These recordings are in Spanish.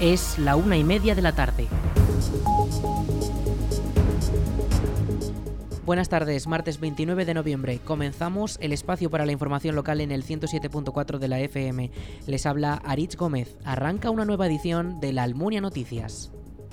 Es la 1:30 de la tarde. Buenas tardes, martes 29 de noviembre. Comenzamos el espacio para la información local en el 107.4 de la FM. Les habla Aritz Gómez. Arranca una nueva edición de La Almunia Noticias.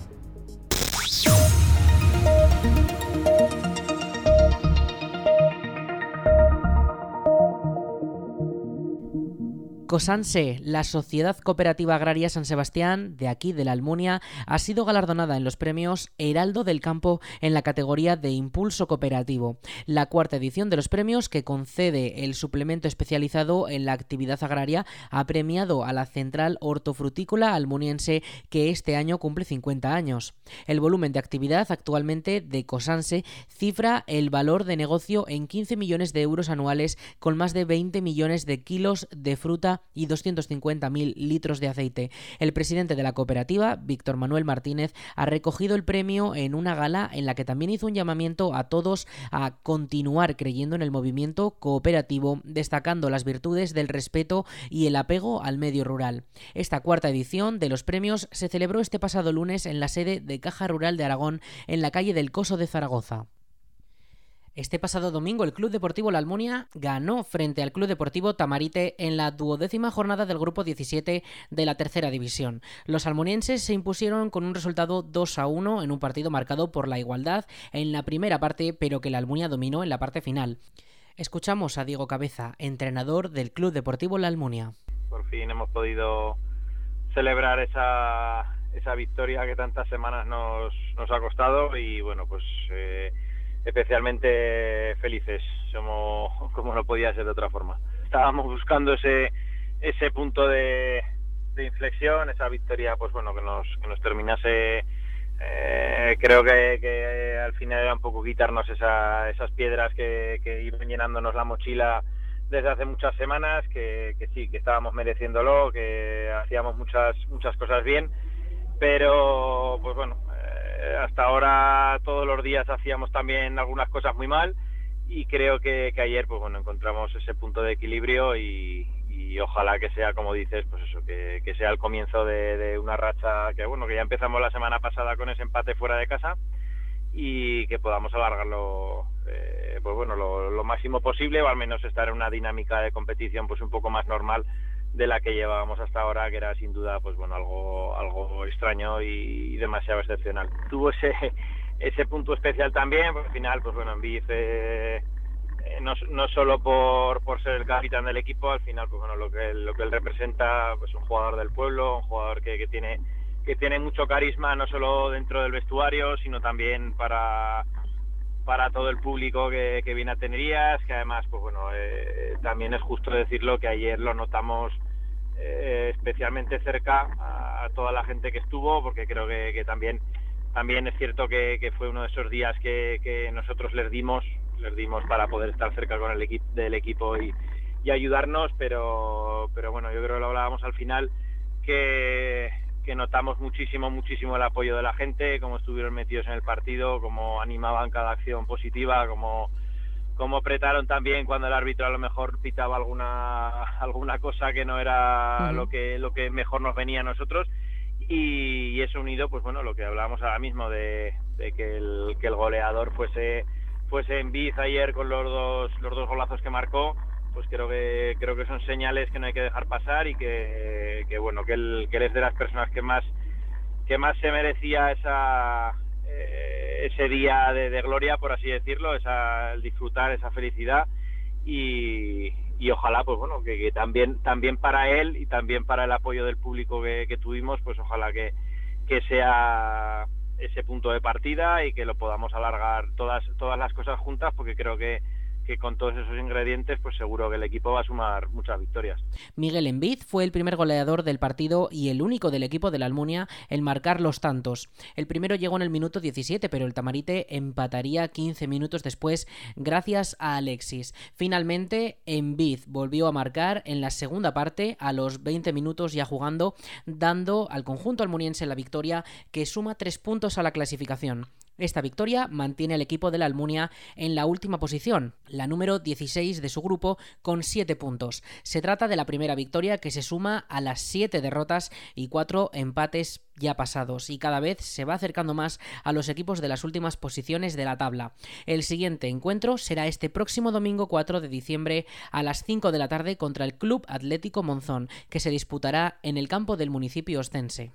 Cosanse, la Sociedad Cooperativa Agraria San Sebastián, de aquí de la Almunia, ha sido galardonada en los premios Heraldo del Campo en la categoría de Impulso Cooperativo. La cuarta edición de los premios, que concede el suplemento especializado en la actividad agraria, ha premiado a la Central Hortofrutícola almuniense, que este año cumple 50 años. El volumen de actividad actualmente de Cosanse cifra el valor de negocio en 15 millones de euros anuales, con más de 20 millones de kilos de fruta y 250.000 litros de aceite. El presidente de la cooperativa, Víctor Manuel Martínez, ha recogido el premio en una gala en la que también hizo un llamamiento a todos a continuar creyendo en el movimiento cooperativo, destacando las virtudes del respeto y el apego al medio rural. Esta cuarta edición de los premios se celebró este pasado lunes en la sede de Caja Rural de Aragón, en la calle del Coso de Zaragoza. Este pasado domingo el Club Deportivo La Almunia ganó frente al Club Deportivo Tamarite en la 12ª jornada del Grupo 17 de la Tercera División. Los almunienses se impusieron con un resultado 2-1 en un partido marcado por la igualdad en la primera parte, pero que la Almunia dominó en la parte final. Escuchamos a Diego Cabeza, entrenador del Club Deportivo La Almunia. Por fin hemos podido celebrar esa victoria que tantas semanas nos ha costado y bueno, pues especialmente felices, somos como no podía ser de otra forma. Estábamos buscando ese punto de inflexión, esa victoria, pues bueno, que nos terminase. Creo que al final era un poco quitarnos esas piedras que iban llenándonos la mochila desde hace muchas semanas, que sí, que estábamos mereciéndolo, que hacíamos muchas cosas bien, pero pues bueno, hasta ahora todos los días hacíamos también algunas cosas muy mal y creo que ayer pues bueno, encontramos ese punto de equilibrio y ojalá que sea, como dices, pues eso, que sea el comienzo de una racha que bueno, que ya empezamos la semana pasada con ese empate fuera de casa y que podamos alargarlo pues bueno, lo máximo posible, o al menos estar en una dinámica de competición pues un poco más normal de la que llevábamos hasta ahora, que era sin duda pues bueno, algo extraño y demasiado excepcional. Tuvo ese punto especial también, porque al final pues bueno, Envid no solo por ser el capitán del equipo, al final pues bueno, lo que él representa, pues un jugador del pueblo, un jugador que tiene mucho carisma, no solo dentro del vestuario, sino también para todo el público que viene a Tenerías, que además pues bueno, también es justo decirlo que ayer lo notamos especialmente cerca a toda la gente que estuvo, porque creo que también es cierto que fue uno de esos días que nosotros les dimos para poder estar cerca con del equipo y ayudarnos, pero bueno, yo creo que lo hablábamos al final, que notamos muchísimo el apoyo de la gente, cómo estuvieron metidos en el partido, cómo animaban cada acción positiva, cómo apretaron también cuando el árbitro a lo mejor pitaba alguna cosa que no era lo que mejor nos venía a nosotros, y eso unido, pues bueno, lo que hablábamos ahora mismo de que el goleador fuese Envid ayer con los dos golazos que marcó, pues creo que son señales que no hay que dejar pasar y que bueno, que él es de las personas que más se merecía ese día de gloria, por así decirlo, el disfrutar esa felicidad y ojalá pues bueno, que también para él y también para el apoyo del público que tuvimos, pues ojalá que sea ese punto de partida y que lo podamos alargar todas las cosas juntas, porque creo que con todos esos ingredientes pues seguro que el equipo va a sumar muchas victorias. Miguel Envid fue el primer goleador del partido y el único del equipo de la Almunia en marcar los tantos. El primero llegó en el minuto 17, pero el Tamarite empataría 15 minutos después gracias a Alexis. Finalmente, Envid volvió a marcar en la segunda parte a los 20 minutos ya jugando, dando al conjunto almuniense la victoria, que suma 3 puntos a la clasificación. Esta victoria mantiene al equipo de la Almunia en la última posición, la número 16 de su grupo, con 7 puntos. Se trata de la primera victoria que se suma a las 7 derrotas y 4 empates ya pasados, y cada vez se va acercando más a los equipos de las últimas posiciones de la tabla. El siguiente encuentro será este próximo domingo 4 de diciembre a las 5 de la tarde contra el Club Atlético Monzón, que se disputará en el campo del municipio ostense.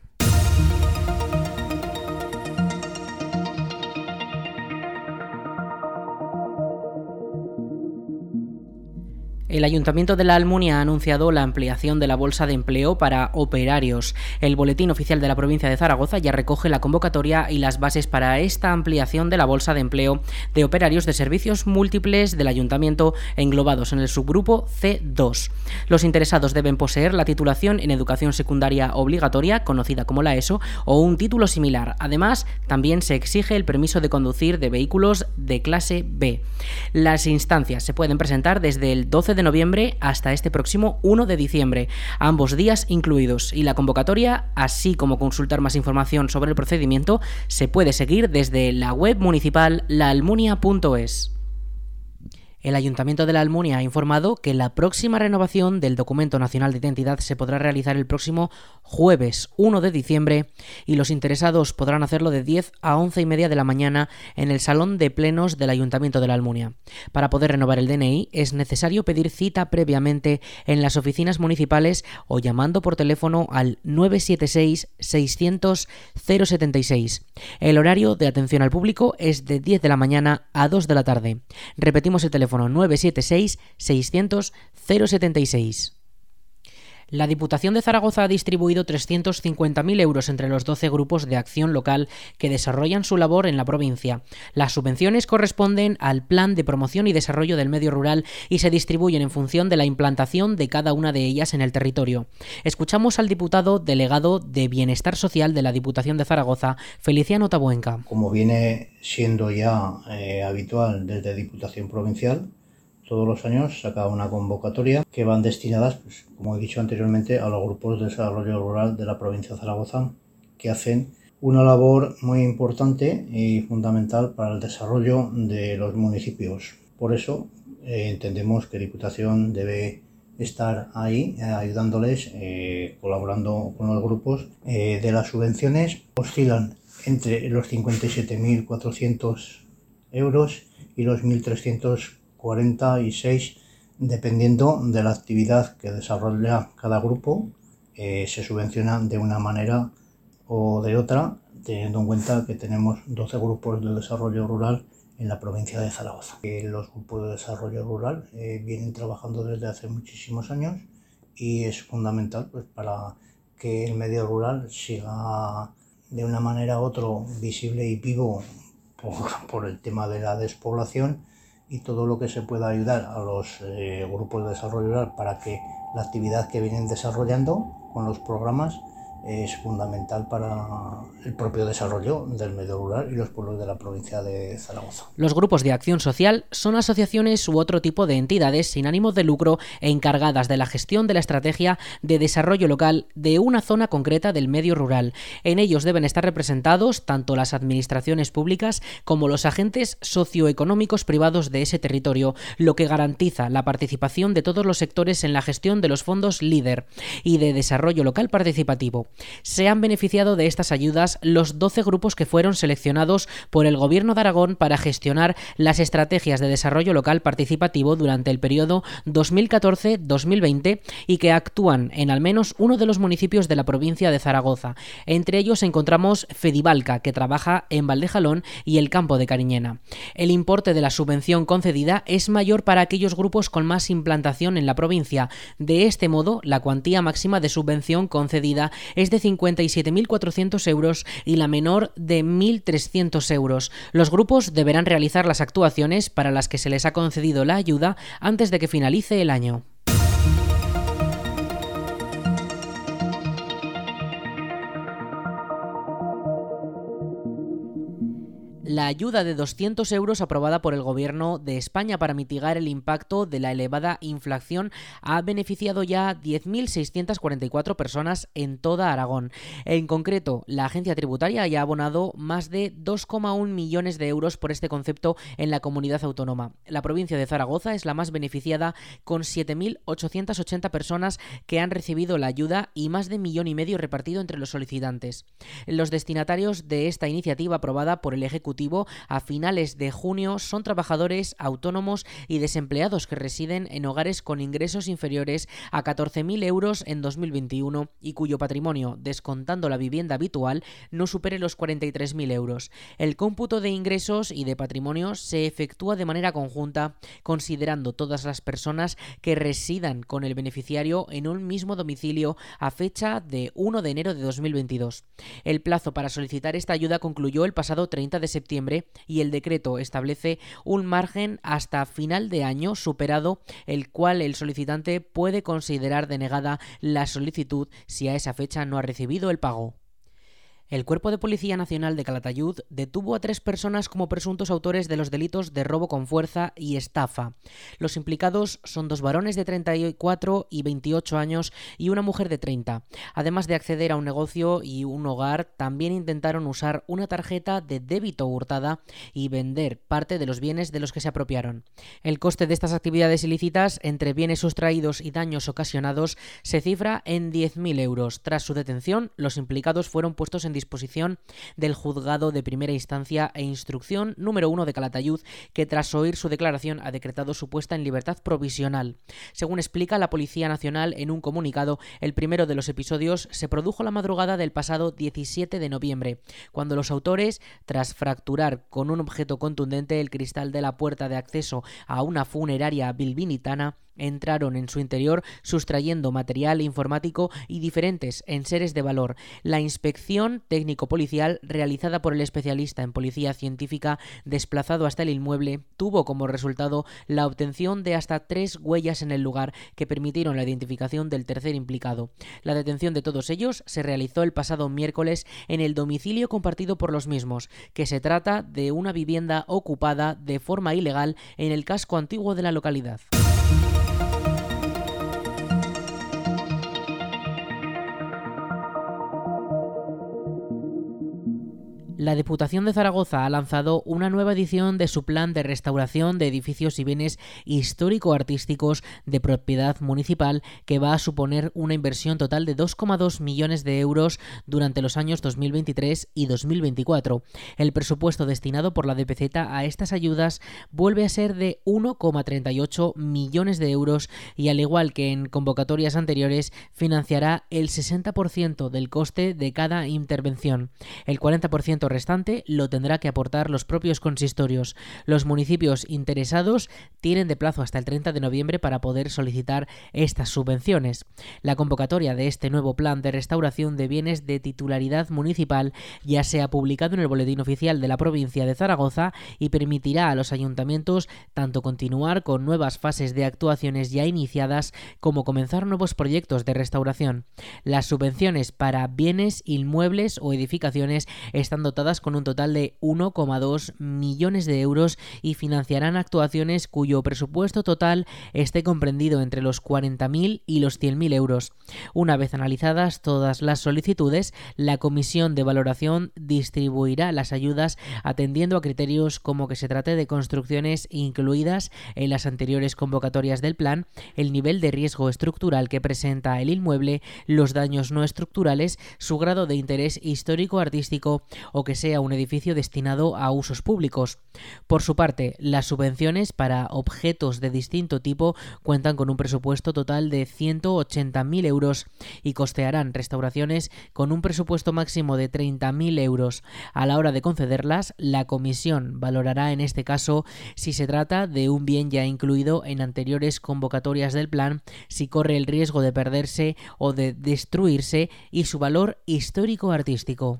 El Ayuntamiento de la Almunia ha anunciado la ampliación de la bolsa de empleo para operarios. El Boletín Oficial de la Provincia de Zaragoza ya recoge la convocatoria y las bases para esta ampliación de la bolsa de empleo de operarios de servicios múltiples del Ayuntamiento englobados en el subgrupo C2. Los interesados deben poseer la titulación en educación secundaria obligatoria, conocida como la ESO, o un título similar. Además, también se exige el permiso de conducir de vehículos de clase B. Las instancias se pueden presentar desde el 12 de noviembre hasta este próximo 1 de diciembre, ambos días incluidos, y la convocatoria, así como consultar más información sobre el procedimiento, se puede seguir desde la web municipal laalmunia.es. El Ayuntamiento de la Almunia ha informado que la próxima renovación del Documento Nacional de Identidad se podrá realizar el próximo jueves 1 de diciembre y los interesados podrán hacerlo de 10 a 11:30 de la mañana en el Salón de Plenos del Ayuntamiento de la Almunia. Para poder renovar el DNI es necesario pedir cita previamente en las oficinas municipales o llamando por teléfono al 976 600 076. El horario de atención al público es de 10 de la mañana a 2 de la tarde. Repetimos el teléfono 976 600 076. La Diputación de Zaragoza ha distribuido 350.000 euros entre los 12 grupos de acción local que desarrollan su labor en la provincia. Las subvenciones corresponden al Plan de Promoción y Desarrollo del Medio Rural y se distribuyen en función de la implantación de cada una de ellas en el territorio. Escuchamos al diputado delegado de Bienestar Social de la Diputación de Zaragoza, Feliciano Tabuenca. Como viene siendo ya habitual desde Diputación Provincial, todos los años saca una convocatoria que van destinadas, pues, como he dicho anteriormente, a los grupos de desarrollo rural de la provincia de Zaragoza, que hacen una labor muy importante y fundamental para el desarrollo de los municipios. Por eso entendemos que Diputación debe estar ahí ayudándoles, colaborando con los grupos. De las subvenciones oscilan entre los 57.400 euros y los 1.346, dependiendo de la actividad que desarrolla cada grupo. Se subvenciona de una manera o de otra, teniendo en cuenta que tenemos 12 grupos de desarrollo rural en la provincia de Zaragoza. Los grupos de desarrollo rural vienen trabajando desde hace muchísimos años y es fundamental, pues, para que el medio rural siga de una manera u otra visible y vivo por el tema de la despoblación, y todo lo que se pueda ayudar a los grupos de desarrollo rural para que la actividad que vienen desarrollando con los programas es fundamental para el propio desarrollo del medio rural y los pueblos de la provincia de Zaragoza. Los grupos de acción social son asociaciones u otro tipo de entidades sin ánimo de lucro e encargadas de la gestión de la estrategia de desarrollo local de una zona concreta del medio rural. En ellos deben estar representados tanto las administraciones públicas como los agentes socioeconómicos privados de ese territorio, lo que garantiza la participación de todos los sectores en la gestión de los fondos LEADER y de desarrollo local participativo. Se han beneficiado de estas ayudas los 12 grupos que fueron seleccionados por el Gobierno de Aragón para gestionar las estrategias de desarrollo local participativo durante el periodo 2014-2020 y que actúan en al menos uno de los municipios de la provincia de Zaragoza. Entre ellos encontramos Fedivalca, que trabaja en Valdejalón, y el Campo de Cariñena. El importe de la subvención concedida es mayor para aquellos grupos con más implantación en la provincia. De este modo, la cuantía máxima de subvención concedida es de 57.400 euros y la menor de 1.300 euros. Los grupos deberán realizar las actuaciones para las que se les ha concedido la ayuda antes de que finalice el año. La ayuda de 200 euros aprobada por el Gobierno de España para mitigar el impacto de la elevada inflación ha beneficiado ya a 10.644 personas en toda Aragón. En concreto, la agencia tributaria ya ha abonado más de 2,1 millones de euros por este concepto en la comunidad autónoma. La provincia de Zaragoza es la más beneficiada, con 7.880 personas que han recibido la ayuda y más de 1,5 millones repartido entre los solicitantes. Los destinatarios de esta iniciativa aprobada por el Ejecutivo a finales de junio son trabajadores autónomos y desempleados que residen en hogares con ingresos inferiores a 14.000 euros en 2021 y cuyo patrimonio, descontando la vivienda habitual, no supere los 43.000 euros. El cómputo de ingresos y de patrimonio se efectúa de manera conjunta, considerando todas las personas que residan con el beneficiario en un mismo domicilio a fecha de 1 de enero de 2022. El plazo para solicitar esta ayuda concluyó el pasado 30 de septiembre y el decreto establece un margen hasta final de año superado, el cual el solicitante puede considerar denegada la solicitud si a esa fecha no ha recibido el pago. El Cuerpo de Policía Nacional de Calatayud detuvo a 3 personas como presuntos autores de los delitos de robo con fuerza y estafa. Los implicados son 2 varones de 34 y 28 años y una mujer de 30. Además de acceder a un negocio y un hogar, también intentaron usar una tarjeta de débito hurtada y vender parte de los bienes de los que se apropiaron. El coste de estas actividades ilícitas, entre bienes sustraídos y daños ocasionados, se cifra en 10.000 euros. Tras su detención, los implicados fueron puestos en disposición del Juzgado de Primera Instancia e Instrucción número 1 de Calatayud, que tras oír su declaración ha decretado su puesta en libertad provisional. Según explica la Policía Nacional en un comunicado, el primero de los episodios se produjo la madrugada del pasado 17 de noviembre, cuando los autores, tras fracturar con un objeto contundente el cristal de la puerta de acceso a una funeraria bilbinitana, entraron en su interior sustrayendo material informático y diferentes enseres de valor. La inspección técnico-policial realizada por el especialista en policía científica desplazado hasta el inmueble tuvo como resultado la obtención de hasta 3 huellas en el lugar que permitieron la identificación del tercer implicado. La detención de todos ellos se realizó el pasado miércoles en el domicilio compartido por los mismos, que se trata de una vivienda ocupada de forma ilegal en el casco antiguo de la localidad. La Diputación de Zaragoza ha lanzado una nueva edición de su plan de restauración de edificios y bienes histórico-artísticos de propiedad municipal, que va a suponer una inversión total de 2,2 millones de euros durante los años 2023 y 2024. El presupuesto destinado por la DPZ a estas ayudas vuelve a ser de 1,38 millones de euros y, al igual que en convocatorias anteriores, financiará el 60% del coste de cada intervención. El 40% restante lo tendrá que aportar los propios consistorios. Los municipios interesados tienen de plazo hasta el 30 de noviembre para poder solicitar estas subvenciones. La convocatoria de este nuevo plan de restauración de bienes de titularidad municipal ya se ha publicado en el Boletín Oficial de la provincia de Zaragoza y permitirá a los ayuntamientos tanto continuar con nuevas fases de actuaciones ya iniciadas como comenzar nuevos proyectos de restauración. Las subvenciones para bienes inmuebles o edificaciones están dotadas con un total de 1,2 millones de euros y financiarán actuaciones cuyo presupuesto total esté comprendido entre los 40.000 y los 100.000 euros. Una vez analizadas todas las solicitudes, la Comisión de Valoración distribuirá las ayudas atendiendo a criterios como que se trate de construcciones incluidas en las anteriores convocatorias del plan, el nivel de riesgo estructural que presenta el inmueble, los daños no estructurales, su grado de interés histórico-artístico o que sea un edificio destinado a usos públicos. Por su parte, las subvenciones para objetos de distinto tipo cuentan con un presupuesto total de 180.000 euros y costearán restauraciones con un presupuesto máximo de 30.000 euros. A la hora de concederlas, la Comisión valorará en este caso si se trata de un bien ya incluido en anteriores convocatorias del plan, si corre el riesgo de perderse o de destruirse y su valor histórico-artístico.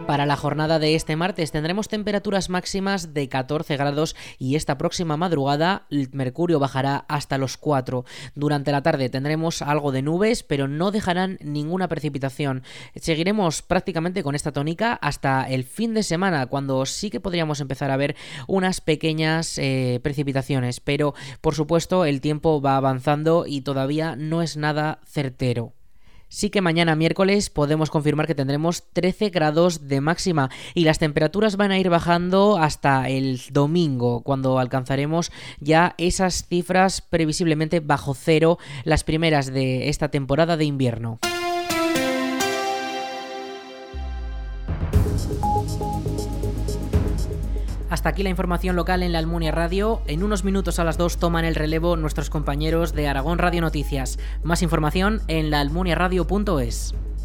Para la jornada de este martes tendremos temperaturas máximas de 14 grados y esta próxima madrugada el mercurio bajará hasta los 4. Durante la tarde tendremos algo de nubes, pero no dejarán ninguna precipitación. Seguiremos prácticamente con esta tónica hasta el fin de semana, cuando sí que podríamos empezar a ver unas pequeñas precipitaciones, pero por supuesto el tiempo va avanzando y todavía no es nada certero. Sí que mañana miércoles podemos confirmar que tendremos 13 grados de máxima y las temperaturas van a ir bajando hasta el domingo, cuando alcanzaremos ya esas cifras previsiblemente bajo cero, las primeras de esta temporada de invierno. Hasta aquí la información local en la Almunia Radio. En unos minutos a las 2 toman el relevo nuestros compañeros de Aragón Radio Noticias. Más información en laalmuniaradio.es.